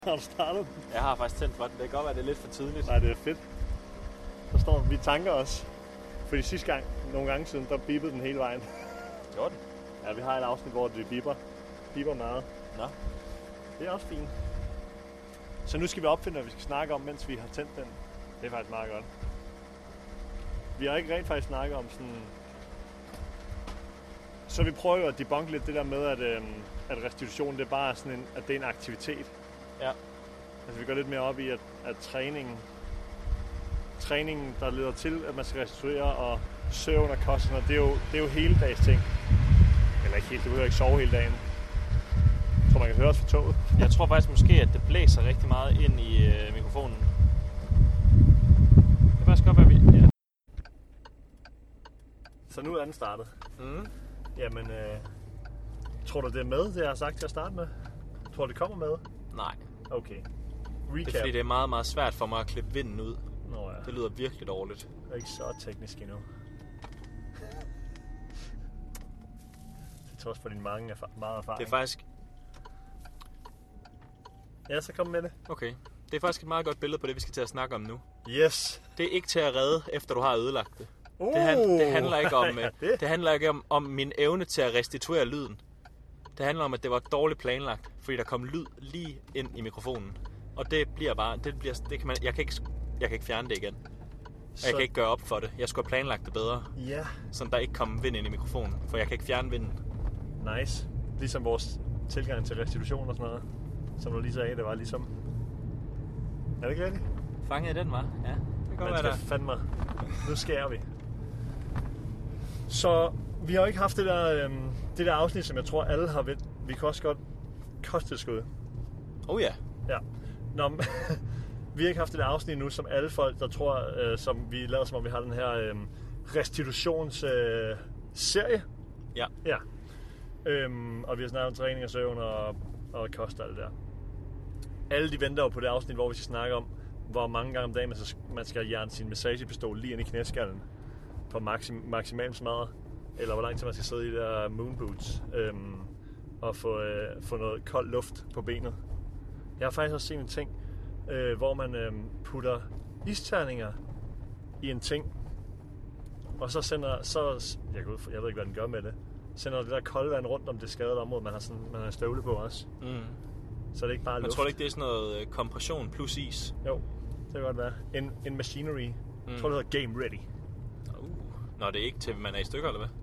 Har du startet? Jeg har faktisk tændt for den. Det kan godt være, det er lidt for tidligt. Nej, det er fedt. Der står, vi tanker os. Fordi sidste gang, nogle gange siden, der bippede den hele vejen. Gjorde den? Ja, vi har et afsnit, hvor det bipper meget. Nå. Det er også fint. Så nu skal vi opfinde, hvad vi skal snakke om, mens vi har tændt den. Det er faktisk meget godt. Vi har ikke rent faktisk snakket om sådan... Så vi prøver jo at debunke lidt det der med, at restitution, det er bare sådan at det er en aktivitet. Ja. Altså vi går lidt mere op i, at træningen, der leder til, at man skal restituere, og søvn og kosten, og det er jo hele dags ting. Eller ikke helt, du behøver ikke sove hele dagen. Jeg tror, man kan høre os fra toget. Jeg tror faktisk måske, at det blæser rigtig meget ind i mikrofonen. Det kan faktisk godt være, ja. Så nu er den startet. Mm. Jamen, tror du det er med, det jeg har sagt til at starte med? Tror du det kommer med? Nej. Okay. Recap. Det er fordi, det er meget, meget svært for mig at klippe vinden ud. Nå ja. Det lyder virkelig dårligt. Det er ikke så teknisk endnu. Det er trods for din meget erfaring. Det er faktisk... Ja, så kom med det. Okay. Det er faktisk et meget godt billede på det, vi skal til at snakke om nu. Yes. Det er ikke til at redde, efter du har ødelagt det. Det handler ikke om, det handler ikke om min evne til at restituere lyden. Det handler om, at det var dårligt planlagt, fordi der kom lyd lige ind i mikrofonen. Og det bliver bare, jeg kan ikke fjerne det igen. Og jeg kan ikke gøre op for det. Jeg skulle have planlagt det bedre. Ja. Så der ikke kommer vind ind i mikrofonen, for jeg kan ikke fjerne vinden. Nice. Ligesom vores tilgang til restitution og sådan noget. Som du lige sagde, det var ligesom... Er det ikke rigtigt? Fangede den, var? Ja. Det Man skal fandme... Nu skærer vi. Så vi har jo ikke haft det der afsnit, som jeg tror alle har ved. Vi kan også godt kosttilskud. Oh ja. Ja. Nå, vi har ikke haft det der afsnit nu, som alle folk, der tror, som vi lader som om vi har den her restitutionsserie. Ja. Ja. Og vi har snakket om træning og søvn og kost og alt det der. Alle de venter jo på det afsnit, hvor vi skal snakke om, hvor mange gange om dagen man skal jern sin massagepistol lige ind i knæskallen på maksimal smadre, eller hvor lang tid man skal sidde i de der moonboots og få noget kold luft på benet. Jeg har faktisk også set en ting, hvor man putter isterninger i en ting, og så jeg ved ikke, hvad den gør med det, sender det der kolde vand rundt om det skadede område, man har støvle på også. Mm. Så det er ikke bare luft. Jeg tror ikke, det er sådan noget kompression plus is? Jo, det kan godt være. En machinery. Jeg tror, det hedder game ready. Nå, det er ikke til, man er i stykker, eller hvad?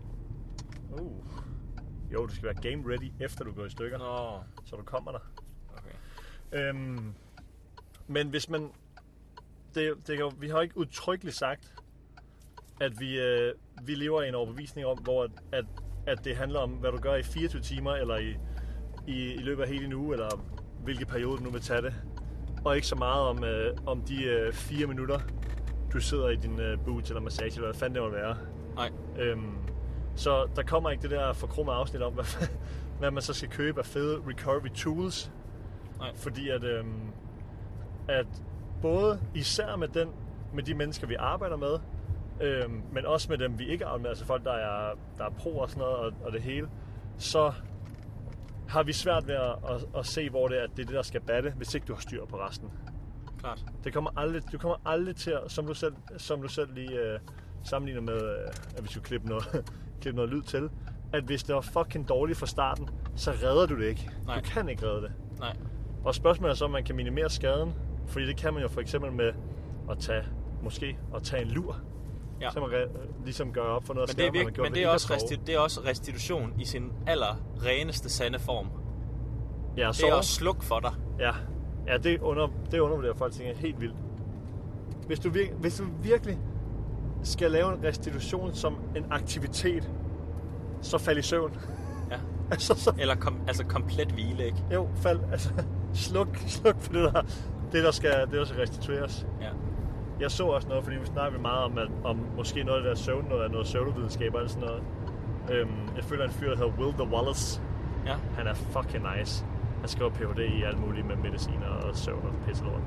Jo, du skal være game ready, efter du går i stykker. Nå. Så du kommer der. Okay. Men hvis man... vi har ikke udtrykkeligt sagt, at vi lever i en overbevisning om, hvor at det handler om, hvad du gør i 24 timer, eller i løbet af hele en uge, eller hvilke periode du nu vil tage det. Og ikke så meget om de 4 minutter, du sidder i din boot eller massage, eller hvad fanden det må være. Nej. Så der kommer ikke det der forkromede afsnit om, hvad man så skal købe af fede recovery tools. Nej. Fordi at både især med de mennesker, vi arbejder med, men også med dem, vi ikke arbejder med, altså folk, der er pro og sådan noget, og det hele, så har vi svært ved at se, hvor det er det, der skal batte, hvis ikke du har styr på resten. Klart. Du kommer aldrig til at, som du selv lige sammenligner med, at vi skulle klippe noget lyd til, at hvis det var fucking dårligt fra starten, så redder du det ikke. Nej. Du kan ikke redde det. Nej. Og spørgsmålet er så, om man kan minimere skaden, fordi det kan man jo for eksempel med at tage en lur. Ja. Så man ligesom gør op for noget skade, men det er også restitution i sin allerreneste sande form. Ja, det er også sluk for dig. Ja, det undervurderer folk, tænker helt vildt. Hvis du virkelig skal lave en restitution som en aktivitet, så fald i søvn. Ja. Eller komplet hvile, ikke? Jo, sluk for det der skal restitueres. Ja. Jeg så også noget, fordi vi snakker meget om måske noget af det der søvn, noget søvnvidenskab og sådan noget. Jeg føler en fyr, der hedder Will the Wallace. Ja. Han er fucking nice. Han skriver Ph.D. i alt muligt med mediciner og søvn og pisselort.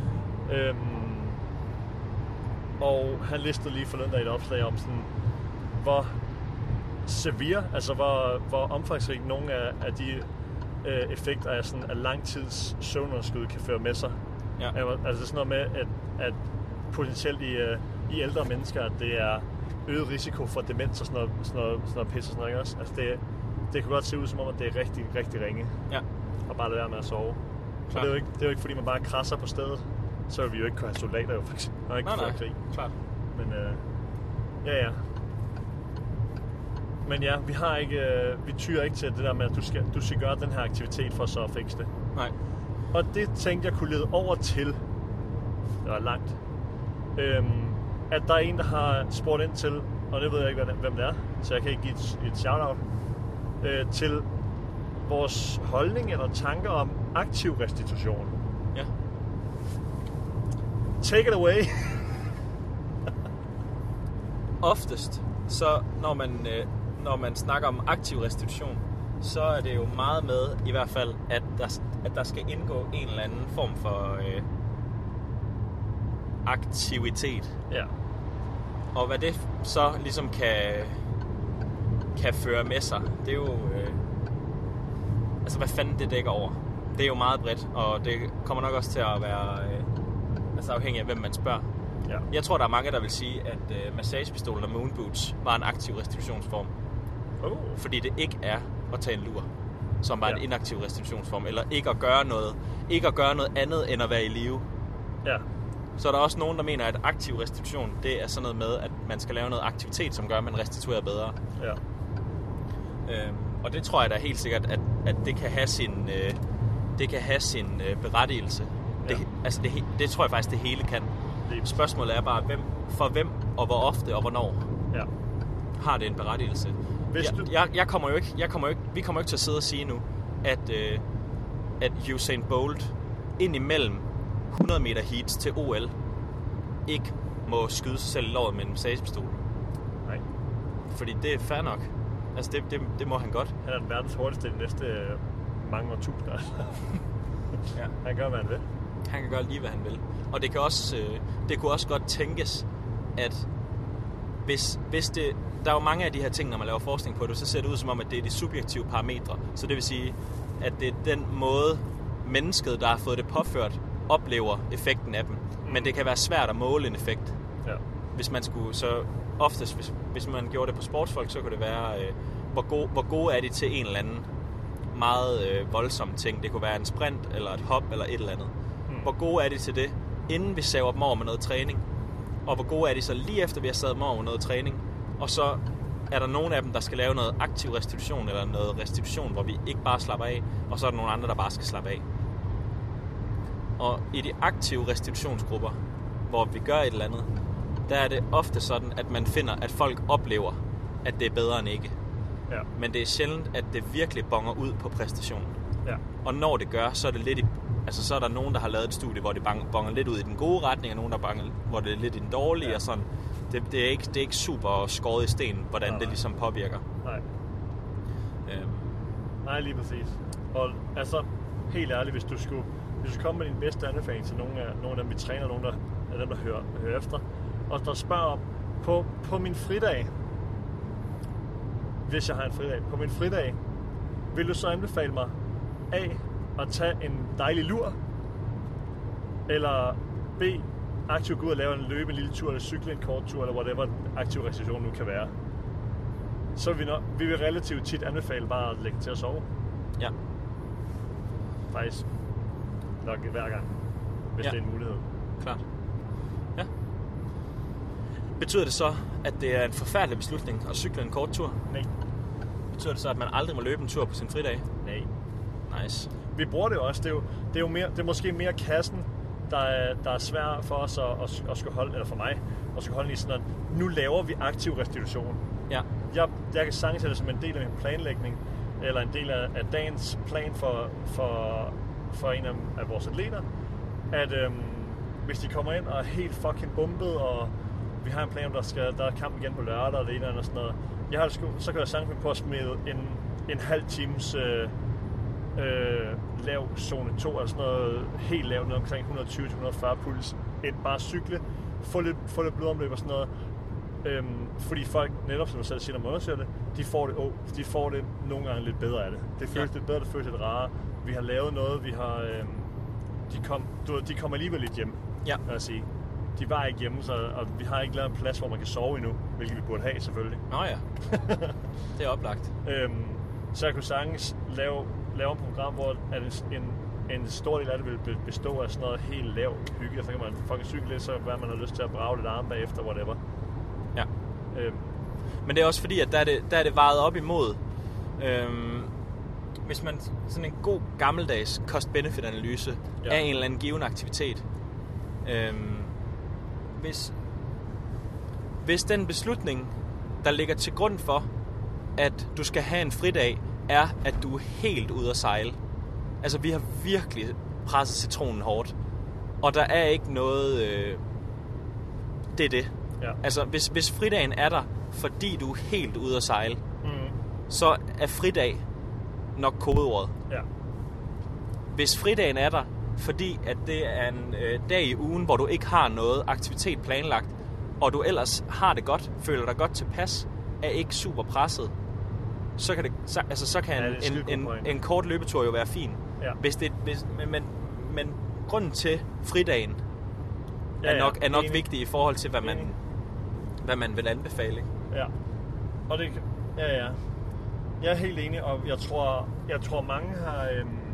Og han listede lige forleden der et opslag om sådan, hvor severe, altså hvor omfangsrigt nogle af de effekt af sådan at lang tids søvnunderskud kan føre med sig. Ja. Altså sådan noget med, at potentielt i ældre mennesker, at det er øget risiko for demens og sådan noget pisse og sådan noget, også. Altså det kan godt se ud som om, at det er rigtig, rigtig ringe. Ja. Og bare lade være med at sove. Så det er jo ikke fordi, man bare krasser på stedet. Så vil vi jo ikke kunne have soldater jo, faktisk. Og ikke føre krig. Klart. Men ja. Men ja, vi tyrer ikke til det der med, at du skal gøre den her aktivitet for så at fikse det. Nej. Og det tænkte jeg kunne lede over til, det var langt, at der er en, der har spurgt ind til, og det ved jeg ikke, hvem det er, så jeg kan ikke give et shout-out, til vores holdning eller tanker om aktiv restitution. Ja. Take it away. Oftest, så når man snakker om aktiv restitution, så er det jo meget med, i hvert fald, at der skal indgå en eller anden form for aktivitet. Ja. Og hvad det så ligesom kan føre med sig, det er jo... altså, hvad fanden det dækker over? Det er jo meget bredt, og det kommer nok også til at være afhængig af, hvem man spørger. Ja. Jeg tror, der er mange, der vil sige, at massagepistolen og moonboots var en aktiv restitutionsform. Fordi det ikke er at tage en lur, som var en inaktiv restitutionsform, eller ikke at gøre noget andet end at være i live. Ja. Så er der også nogen, der mener, at aktiv restitution, det er sådan noget med, at man skal lave noget aktivitet, som gør, at man restituerer bedre. Ja. Og det tror jeg da helt sikkert, at det kan have sin berettigelse. Ja. Det tror jeg faktisk, det hele kan. Spørgsmålet er bare, hvem og hvor ofte og hvornår har det en berettigelse. Vi kommer jo ikke til at sidde og sige nu, at Usain Bolt indimellem 100 meter heats til OL ikke må skyde sig selv i låret med en massagepistol. Nej. Fordi det er fair nok. Altså det må han godt. Han er den verdens hurtigste de næste mange årtusinder. Ja. Han gør, hvad han vil. Han kan gøre lige, hvad han vil. Og det kunne også godt tænkes, at hvis det... Der er jo mange af de her ting, når man laver forskning på det, så ser det ud som om, at det er de subjektive parametre. Så det vil sige, at det er den måde, mennesket, der har fået det påført, oplever effekten af dem. Men det kan være svært at måle en effekt. Ja. Hvis man skulle... Så oftest, hvis man gjorde det på sportsfolk, så kunne det være, hvor gode er de til en eller anden meget voldsom ting. Det kunne være en sprint, eller et hop, eller et eller andet. Hvor gode er de til det, inden vi saver dem over med noget træning? Og hvor gode er de så lige efter, vi har savet dem over med noget træning? Og så er der nogle af dem, der skal lave noget aktiv restitution, eller noget restitution, hvor vi ikke bare slapper af, og så er der nogle andre, der bare skal slappe af. Og i de aktive restitutionsgrupper, hvor vi gør et eller andet, der er det ofte sådan, at man finder, at folk oplever, at det er bedre end ikke. Ja. Men det er sjældent, at det virkelig bonger ud på præstationen. Ja. Og når det gør, så er det lidt så er der nogen, der har lavet et studie, hvor det bonger lidt ud i den gode retning, og nogen, der hvor det er lidt i den dårlige, og sådan. Det er ikke super skåret i sten, hvordan det ligesom påvirker. Nej. Nej, lige præcis. Og altså, helt ærligt, hvis du kommer med din bedste anbefaling til nogle af dem, vi træner, nogle af dem, der hører efter, og der spørger om, på min fridag, hvis jeg har en fridag, på min fridag, vil du så anbefale mig at tage en dejlig lur, eller B, aktivt gå ud og lave en lille tur, eller cykle en kort tur, eller whatever aktiv restitution nu kan være. Så vi vil relativt tit anbefale bare at lægge til at sove. Ja. Faktisk nok hver gang, hvis det er en mulighed. Klart. Ja. Betyder det så, at det er en forfærdelig beslutning at cykle en kort tur? Nej. Betyder det så, at man aldrig må løbe en tur på sin fridag? Nej. Nice. Vi bruger det jo også. Det er jo mere, det er måske mere kassen, der er svær for os at skulle holde, eller for mig, at skulle holde i sådan, at nu laver vi aktiv restitution. Ja. Jeg kan sagtens det som en del af min planlægning, eller en del af dagens plan for en af vores atleter, at hvis de kommer ind og er helt fucking bumpet, og vi har en plan, der er kamp igen på lørdag, og det ene eller andet sådan noget, så kan jeg sagtens på at smide en halv times lav zone 2, eller sådan noget helt lavt, ned omkring 120-140 puls, bare cykle, få lidt blodomløb og sådan noget, Fordi folk, netop som du selv siger, når man undersøger det, de får det nogle gange lidt bedre af det. Det føles lidt bedre, det føles lidt rarere. Vi har lavet noget, vi har... de kom alligevel lidt hjem, lad os sige. De var ikke hjemme, og vi har ikke lavet en plads, hvor man kan sove endnu, hvilket vi burde have, selvfølgelig. Nå ja, det er oplagt. Så jeg kunne sagtens lave et program, hvor en stor del af det vil bestå af sådan noget helt lav hygge. Så kan man fucking cykle lidt, så hvad man har lyst til at brage lidt arme bagefter, whatever. Ja. Men det er også fordi, at der er det vejet op imod... hvis man sådan en god gammeldags cost-benefit-analyse af en eller anden given aktivitet... Hvis den beslutning, der ligger til grund for, at du skal have en fridag, er, at du er helt ude at sejle. Altså, vi har virkelig presset citronen hårdt. Og der er ikke noget... det er det. Ja. Altså, hvis fridagen er der, fordi du er helt ude at sejle, så er fridag nok kodeordet. Ja. Hvis fridagen er der, fordi at det er en dag i ugen, hvor du ikke har noget aktivitet planlagt, og du ellers har det godt, føler dig godt tilpas, er ikke super presset, så kan en kort løbetur jo være fin. Ja. Men grunden til fridagen er nok vigtig i forhold til, hvad man vil anbefale. Ikke? Ja. Og det... Ja. Jeg er helt enig, og jeg tror mange har...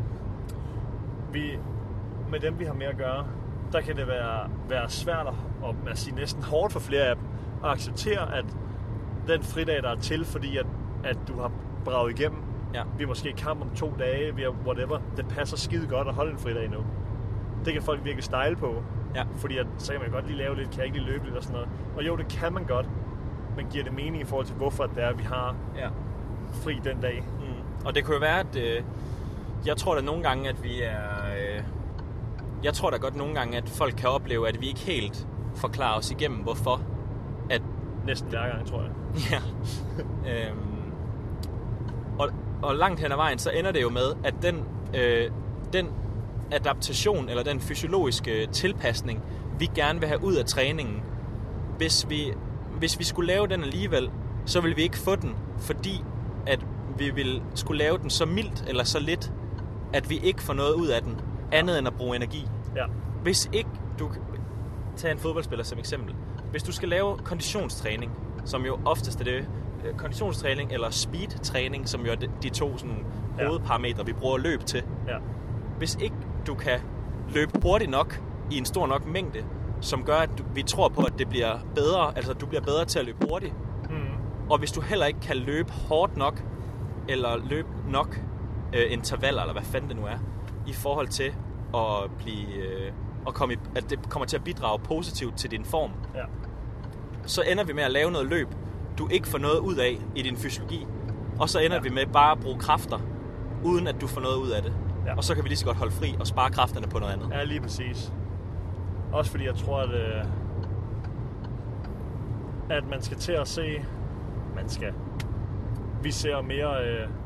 med dem, vi har med at gøre, der kan det være svært at sige næsten hårdt for flere af dem at acceptere, at den fridag, der er til, fordi at du har braget igennem, vi er måske i kamp om 2 dage, vi har whatever, det passer skide godt at holde en fridag nu. Det kan folk virkelig style på, fordi så kan man godt lige lave lidt, kan ikke lige løbe lidt og sådan noget. Og jo, det kan man godt, men giver det mening i forhold til, hvorfor det er, vi har fri den dag. Og det kunne jo være, at jeg tror da nogle gange, at vi er... Jeg tror da godt nogle gange, at folk kan opleve, at vi ikke helt forklarer os igennem, hvorfor. At næsten hver gang, tror jeg. Ja. Og langt hen ad vejen, så ender det jo med, at den adaptation, eller den fysiologiske tilpasning, vi gerne vil have ud af træningen, hvis vi skulle lave den alligevel, så ville vi ikke få den, fordi at vi ville skulle lave den så mildt eller så lidt, at vi ikke får noget ud af den, andet end at bruge energi. Ja. Hvis ikke du... Tag en fodboldspiller som eksempel. Hvis du skal lave konditionstræning, som jo oftest er det konditionstræning eller speedtræning, som jo er de 2 sådan, hovedparametre, vi bruger løb til. Ja. Hvis ikke du kan løbe hurtigt nok i en stor nok mængde, som gør, at vi tror på, at det bliver bedre, altså du bliver bedre til at løbe hurtigt. Og hvis du heller ikke kan løbe hårdt nok, eller løbe nok intervaller, eller hvad fanden det nu er, i forhold til at blive... at det kommer til at bidrage positivt til din form, så ender vi med at lave noget løb, du ikke får noget ud af i din fysiologi, og så ender vi med bare at bruge kræfter, uden at du får noget ud af det. Ja. Og så kan vi lige så godt holde fri og spare kræfterne på noget andet. Ja, lige præcis. Også fordi jeg tror, at man skal til at se... Vi ser mere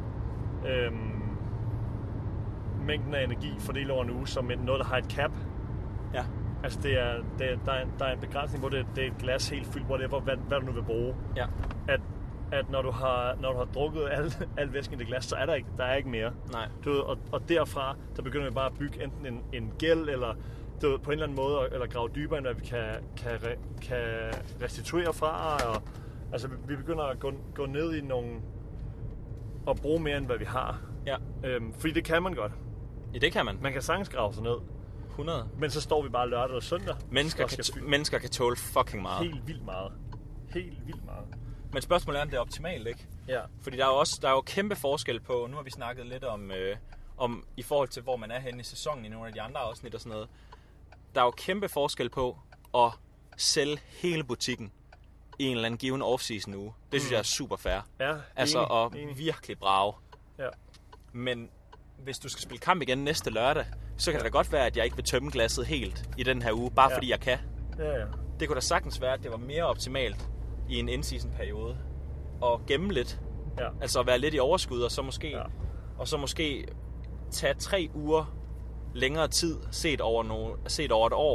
mængden af energi fordelt over en uge som noget, der har et cap. Ja. Altså der er en begrænsning, hvor det er et glas helt fyldt, whatever, hvad du nu vil bruge. Ja. At når du har drukket al væsken i det glas, så er der er ikke mere. Nej. Du ved, og derfra, der begynder vi bare at bygge enten en gæld, eller du ved, på en eller anden måde, eller grave dybere, end hvad vi kan restituere fra. Og, altså vi begynder at gå ned i nogle... og bruge mere, end hvad vi har. Ja. Fordi det kan man godt. Ja, det kan man. Man kan sagtens grave sig ned. 100. Men så står vi bare lørdag og søndag. Mennesker kan tåle fucking meget. Helt vildt meget. Men spørgsmålet er, om det er optimalt, ikke? Ja. Fordi der er jo kæmpe forskel på, nu har vi snakket lidt om i forhold til, hvor man er henne i sæsonen i nogle af de andre afsnit og sådan noget. Der er jo kæmpe forskel på at sælge hele butikken i en eller anden given off-season uge. Det synes jeg er super fair. Ja, altså enig. Virkelig brage. Ja. Men hvis du skal spille kamp igen næste lørdag, så kan det da godt være, at jeg ikke vil tømme glasset helt i den her uge, bare fordi jeg kan. Ja. Det kunne da sagtens være, at det var mere optimalt i en in-season periode at gemme lidt. Ja. Altså at være lidt i overskud, og så måske tage 3 uger længere tid set over et år,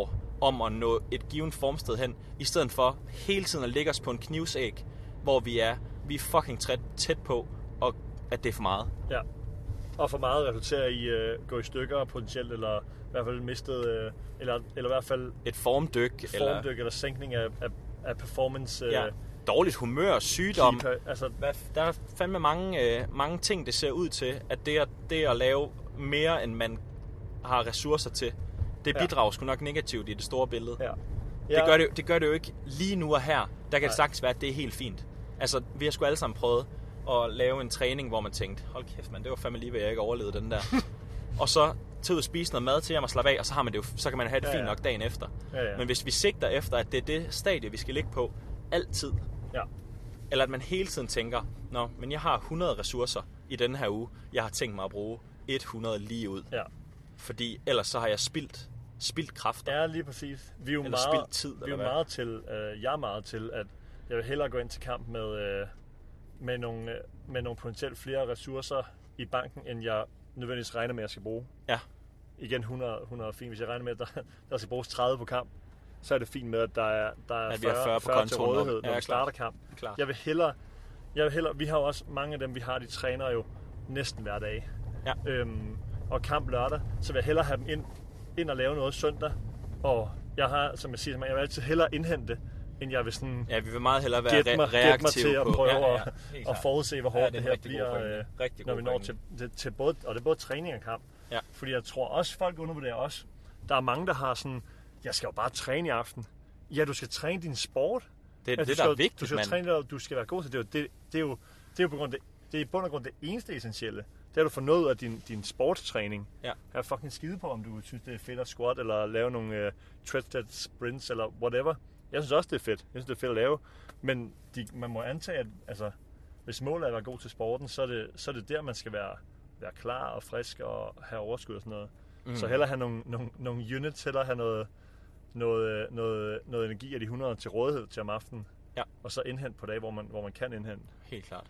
om at nå et givet formsted hen, i stedet for hele tiden at lægge os på en knivsæg, hvor vi er fucking tæt på, og at det er for meget. Ja, og for meget resulterer i gå i stykker potentielt, eller i hvert fald mistet, eller i hvert fald et formdyk eller sænkning af performance. Dårligt humør, sygdom. Altså, der er fandme mange ting, det ser ud til, at det at lave mere, end man har ressourcer til, det bidrager sgu nok negativt i det store billede. Ja. Det gør det jo ikke lige nu og her. Der kan det sagtens være, at det er helt fint. Altså, vi har sgu alle sammen prøvet at lave en træning, hvor man tænkte, hold kæft mand, det var fandme lige ved, jeg ikke overlevede den der. Og så tage ud og spise noget mad til at slappe af, og så har man det jo, så kan man have det fint nok dagen efter. Ja. Men hvis vi sigter efter, at det er det stadie, vi skal ligge på altid, eller at man hele tiden tænker, men jeg har 100 ressourcer i denne her uge, jeg har tænkt mig at bruge 100 lige ud. Ja. Fordi ellers så har jeg spildt kræfter. Ja, lige præcis. Vi er jo meget, tid, vi er meget til, jeg er meget til, at jeg vil hellere gå ind til kamp med nogle potentielt flere ressourcer i banken, end jeg nødvendigvis regner med, at jeg skal bruge. Ja. Igen 100 fint. Hvis jeg regner med, at der skal bruges 30 på kamp, så er det fint med, at der er 40 til rådighed, når vi starter kamp. Klart. Jeg vil hellere, vi har jo også mange af dem, vi har, de træner jo næsten hver dag. Ja. Og kamp lørdag, så vil jeg hellere have dem ind og lave noget søndag. Og jeg har, som jeg siger, jeg vil altid hellere indhente, end jeg vil sådan... Ja, vi vil meget hellere være reaktive til at prøve at forudse, hvor hårdt det her bliver, når vi når til både, og det er både træning og kamp. Ja. Fordi jeg tror også, folk undervurderer også. Der er mange, der har sådan, jeg skal jo bare træne i aften. Ja, du skal træne din sport. Det er det, der er vigtigt, du skal træne, du skal være god til det. Det er jo på grund af det er i bund og grund det eneste essentielle. Det har du fået noget af din sportstræning. Ja. Jeg er fucking skide på, om du synes, det er fedt at squat, eller lave nogle treaded sprints, eller whatever. Jeg synes også, det er fedt. Jeg synes, det er fedt at lave. Men man må antage, at altså, hvis målet er at være god til sporten, så er det der, man skal være klar og frisk og have overskud og sådan noget. Så hellere have nogle units, hellere have noget energi af de 100 til rådighed til om aftenen. Ja. Og så indhente på dage, hvor man kan indhente. Helt klart.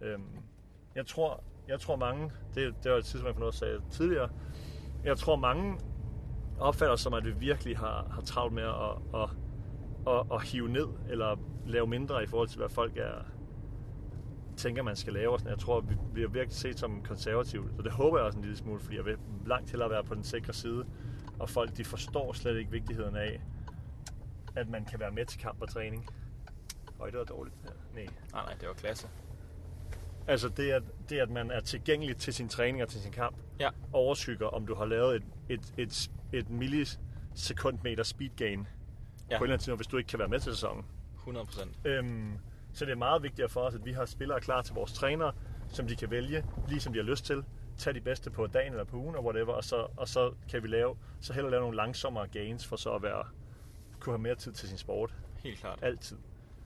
Jeg tror mange, det var et tidspunkt, for noget, jeg sagde tidligere, jeg tror mange opfatter som, at vi virkelig har travlt med at hive ned, eller lave mindre i forhold til, hvad folk tænker, man skal lave. Jeg tror, vi har virkelig set som konservativt, og det håber jeg også en lille smule, fordi jeg vil langt hellere være på den sikre side, og folk, de forstår slet ikke vigtigheden af, at man kan være med til kamp og træning. Det var dårligt. Ja. Nej, det var klasse. Altså det, at man er tilgængelig til sin træning og til sin kamp, overskygger, om du har lavet et millisekundmeter speed gain på en eller anden tid, hvis du ikke kan være med til sæsonen. 100%. Så det er meget vigtigt for os, at vi har spillere klar til vores trænere, som de kan vælge, lige som de har lyst til. Tag de bedste på dagen eller på ugen og whatever, og så kan vi hellere lave nogle langsommere gains, for så at kunne have mere tid til sin sport. Helt klart. Altid.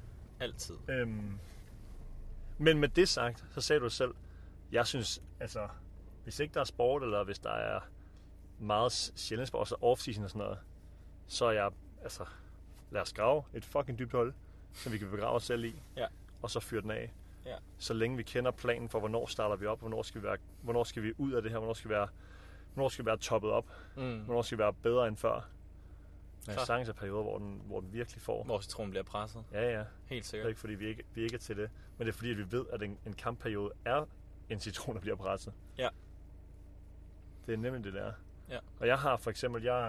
Men med det sagt, så sagde du selv, jeg synes, altså, hvis ikke der er sport, eller hvis der er meget sjældent sport, så off-season og sådan noget, så er jeg, altså, lad os grave et fucking dybt hul, som vi kan begrave os selv i, og så fyre den af. Ja. Så længe vi kender planen for, hvornår starter vi op, hvornår skal vi ud af det her, hvornår skal vi være toppet op, hvornår skal vi være bedre end før. Der er sagtens af perioder, hvor den virkelig får. Hvor citronen bliver presset. Ja. Helt sikkert. Det er ikke fordi, vi ikke er til det, men det er fordi, at vi ved, at en kampperiode er en citron, der bliver presset. Ja. Det er nemlig det der. Ja. Og jeg har for eksempel, det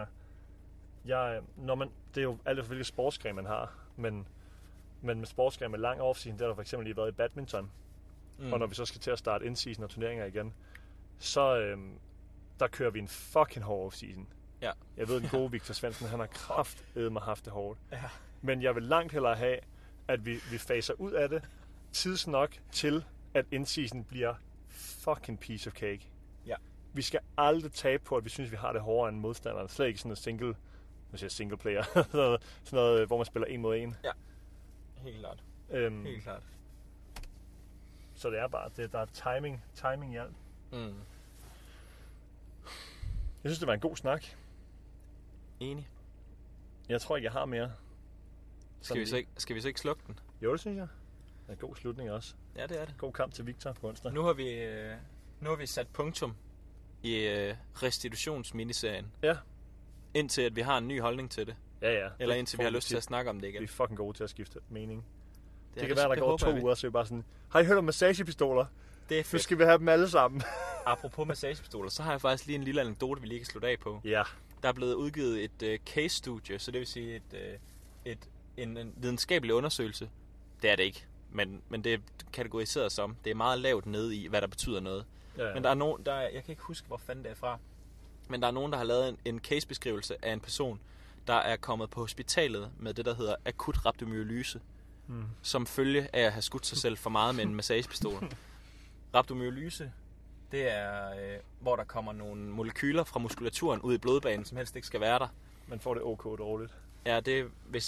er jo alt for hvilke sportsgren man har, men med sportsgren med lang off-season, der har der for eksempel lige været i badminton. Og når vi så skal til at starte in-season og turneringer igen, så der kører vi en fucking hård off-season. Ja. Jeg ved, den gode Victor Svendsen, han har kraftedeme haft det hårdt. Ja. Men jeg vil langt hellere have, at vi faser ud af det tids nok til, at in-season bliver fucking piece of cake. Ja. Vi skal aldrig tabe på, at vi synes, vi har det hårdere end modstanderen. Slet ikke sådan en single player. sådan noget, hvor man spiller 1 mod 1. Ja. Helt klart. Helt klart. Så det er bare, der er timing i alt. Jeg synes, det var en god snak. Enig. Jeg tror ikke, jeg har mere. Skal vi så ikke slukke den? Jo, det synes jeg. Det er en god slutning også. Ja, det er det. God kamp til Victor på onsdag. Nu har vi sat punktum i restitutionsminiserien. Ja. Indtil at vi har en ny holdning til det. Ja. Eller indtil vi har lyst til at snakke om det igen. Vi er fucking gode til at skifte mening. Det kan det, være, der går 2 uger, så vi bare sådan, har I hørt om massagepistoler? Det er fedt. Nu skal vi have dem alle sammen. Apropos massagepistoler, så har jeg faktisk lige en lille anekdote, vi lige kan slutte af på. Ja. Der er blevet udgivet et case-studie, så det vil sige en videnskabelig undersøgelse. Det er det ikke, men det er kategoriseret som. Det er meget lavt nede i, hvad der betyder noget. Ja. Men der er nogen, jeg kan ikke huske, hvor fanden det er fra. Men der er nogen, der har lavet en case-beskrivelse af en person, der er kommet på hospitalet med det, der hedder akut rhabdomyolyse, som følge af at have skudt sig selv for meget med en massagepistol. Rhabdomyolyse, det er, hvor der kommer nogle molekyler fra muskulaturen ud i blodbanen, som helst ikke skal være der. Man får det OK dårligt. Ja, det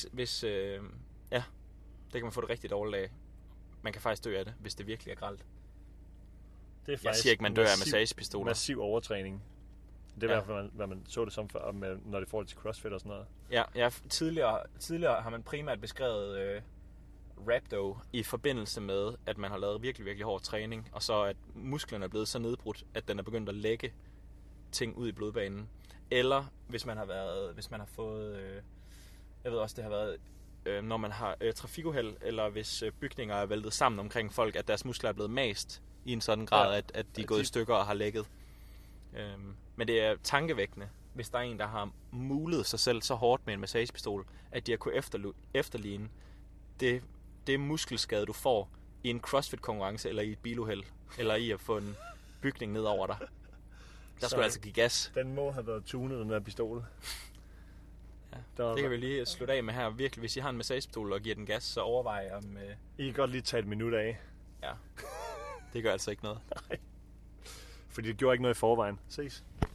det kan man få det rigtig dårligt af. Man kan faktisk dø af det, hvis det virkelig er grelt. Det er jeg siger ikke, man dør af massagepistoler. Massiv overtræning. Det er i hvert fald, hvad man så det som før, når det får til CrossFit og sådan noget. Ja, tidligere har man primært beskrevet rhabdo i forbindelse med, at man har lavet virkelig, virkelig hård træning, og så at musklerne er blevet så nedbrudt, at den er begyndt at lægge ting ud i blodbanen. Eller hvis man har fået, jeg ved også, det har været, når man har trafikuheld, eller hvis bygninger er væltet sammen omkring folk, at deres muskler er blevet mast i en sådan grad, at de er gået i stykker og har lægget. Men det er tankevækkende, hvis der er en, der har mulet sig selv så hårdt med en massagepistol, at de har kunnet efterligne det muskelskade, du får i en CrossFit-konkurrence, eller i et biluheld, eller i at få en bygning ned over dig. Der skulle altså give gas. Den må have været tunet, den der pistol. Ja, det kan vi lige slutte af med her. Virkelig, hvis I har en massagepistol og giver den gas, så overvej om... I kan godt lige tage et minut af. Ja, det gør altså ikke noget. Nej. Fordi det gjorde ikke noget i forvejen. Ses.